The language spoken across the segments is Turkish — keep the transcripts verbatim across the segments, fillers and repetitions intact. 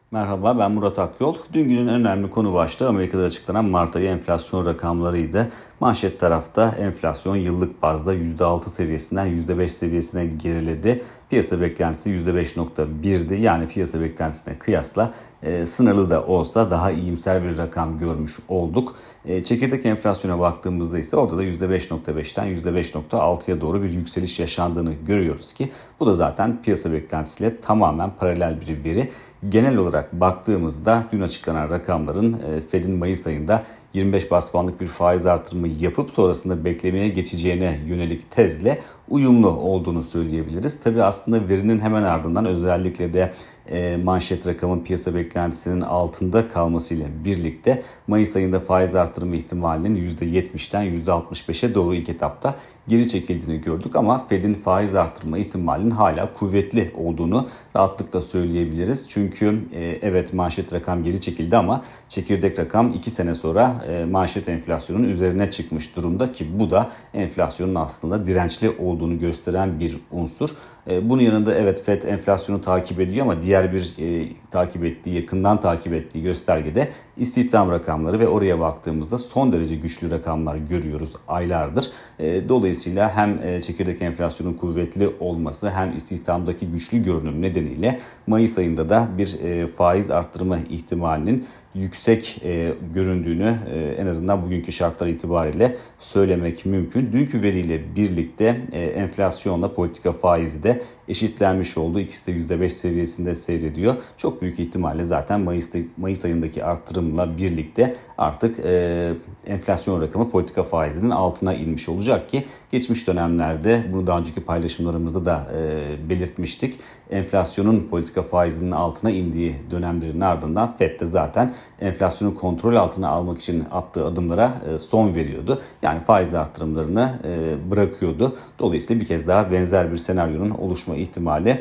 Merhaba, ben Murat Akyol. Dün günün en önemli konu başlığı Amerika'da açıklanan Mart ayı enflasyon rakamlarıydı. Manşet tarafta enflasyon yıllık bazda yüzde altı seviyesinden yüzde beş seviyesine geriledi. Piyasa beklentisi yüzde beş virgül birdi. Yani piyasa beklentisine kıyasla e, sınırlı da olsa daha iyimser bir rakam görmüş olduk. E, çekirdek enflasyona baktığımızda ise orada da yüzde beş virgül beşten yüzde beş virgül altıya doğru bir yükseliş yaşandığını görüyoruz ki bu da zaten piyasa beklentisiyle tamamen paralel bir veri. Genel olarak baktığımızda dün açıklanan rakamların Fed'in Mayıs ayında yirmi beş bas puanlık bir faiz artırımı yapıp sonrasında beklemeye geçeceğine yönelik tezle uyumlu olduğunu söyleyebiliriz. Tabii aslında verinin hemen ardından özellikle de e, manşet rakamın piyasa beklentisinin altında kalmasıyla birlikte Mayıs ayında faiz artırımı ihtimalinin yüzde yetmişten yüzde altmış beşe doğru ilk etapta geri çekildiğini gördük ama Fed'in faiz artırma ihtimalinin hala kuvvetli olduğunu rahatlıkla söyleyebiliriz. Çünkü e, evet manşet rakam geri çekildi ama çekirdek rakam iki sene sonra e, manşet enflasyonun üzerine çıkmış durumda ki bu da enflasyonun aslında dirençli olduğunu gösteren bir unsur. E, bunun yanında evet Fed enflasyonu takip ediyor ama diğer bir e, takip ettiği, yakından takip ettiği göstergede istihdam rakamları ve oraya baktığımızda son derece güçlü rakamlar görüyoruz aylardır. E, dolayısıyla hem e, çekirdek enflasyonun kuvvetli olması hem istihdamdaki güçlü görünüm nedeniyle Mayıs ayında da bir e, faiz arttırma ihtimalinin yüksek e, göründüğünü e, en azından bugünkü şartlar itibariyle söylemek mümkün. Dünkü veriyle birlikte e, enflasyonla politika faizi de eşitlenmiş oldu. İkisi de yüzde beş seviyesinde seyrediyor. Çok büyük ihtimalle zaten Mayıs'ta, Mayıs ayındaki artırımla birlikte artık e, enflasyon rakamı politika faizinin altına inmiş olacak ki geçmiş dönemlerde bunu daha önceki paylaşımlarımızda da e, belirtmiştik. Enflasyonun politika faizinin altına indiği dönemlerin ardından Fed de zaten enflasyonu kontrol altına almak için attığı adımlara son veriyordu. Yani faiz artırımlarını bırakıyordu. Dolayısıyla bir kez daha benzer bir senaryonun oluşma ihtimali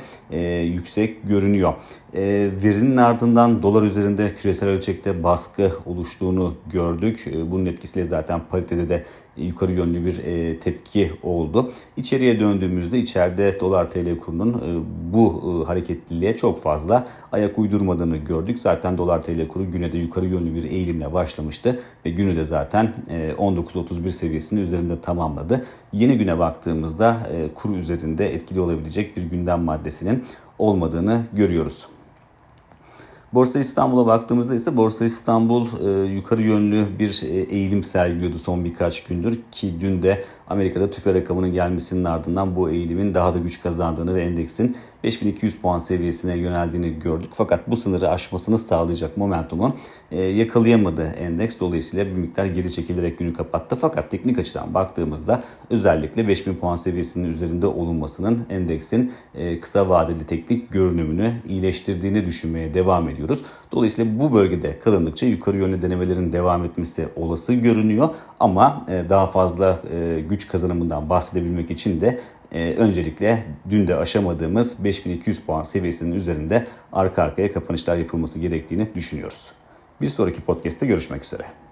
yüksek görünüyor. Verinin ardından dolar üzerinde küresel ölçekte baskı oluştuğunu gördük. Bunun etkisiyle zaten paritede de yukarı yönlü bir e, tepki oldu. İçeriye döndüğümüzde içeride dolar T L kurunun e, bu e, hareketliliğe çok fazla ayak uydurmadığını gördük. Zaten dolar T L kuru güne de yukarı yönlü bir eğilimle başlamıştı ve günü de zaten e, on dokuz otuz bir seviyesinin üzerinde tamamladı. Yeni güne baktığımızda e, kuru üzerinde etkili olabilecek bir gündem maddesinin olmadığını görüyoruz. Borsa İstanbul'a baktığımızda ise Borsa İstanbul e, yukarı yönlü bir e, eğilim sergiliyordu son birkaç gündür ki dün de Amerika'da tüfe rakamının gelmesinin ardından bu eğilimin daha da güç kazandığını ve endeksin beş bin iki yüz puan seviyesine yöneldiğini gördük. Fakat bu sınırı aşmasını sağlayacak momentumu e, yakalayamadı endeks. Dolayısıyla bir miktar geri çekilerek günü kapattı. Fakat teknik açıdan baktığımızda özellikle beş bin puan seviyesinin üzerinde olunmasının endeksin e, kısa vadeli teknik görünümünü iyileştirdiğini düşünmeye devam ediyoruz. Dolayısıyla bu bölgede kalındıkça yukarı yönlü denemelerin devam etmesi olası görünüyor. Ama e, daha fazla e, güç kazanımından bahsedebilmek için de Ee, öncelikle dün de aşamadığımız beş bin iki yüz puan seviyesinin üzerinde arka arkaya kapanışlar yapılması gerektiğini düşünüyoruz. Bir sonraki podcast'te görüşmek üzere.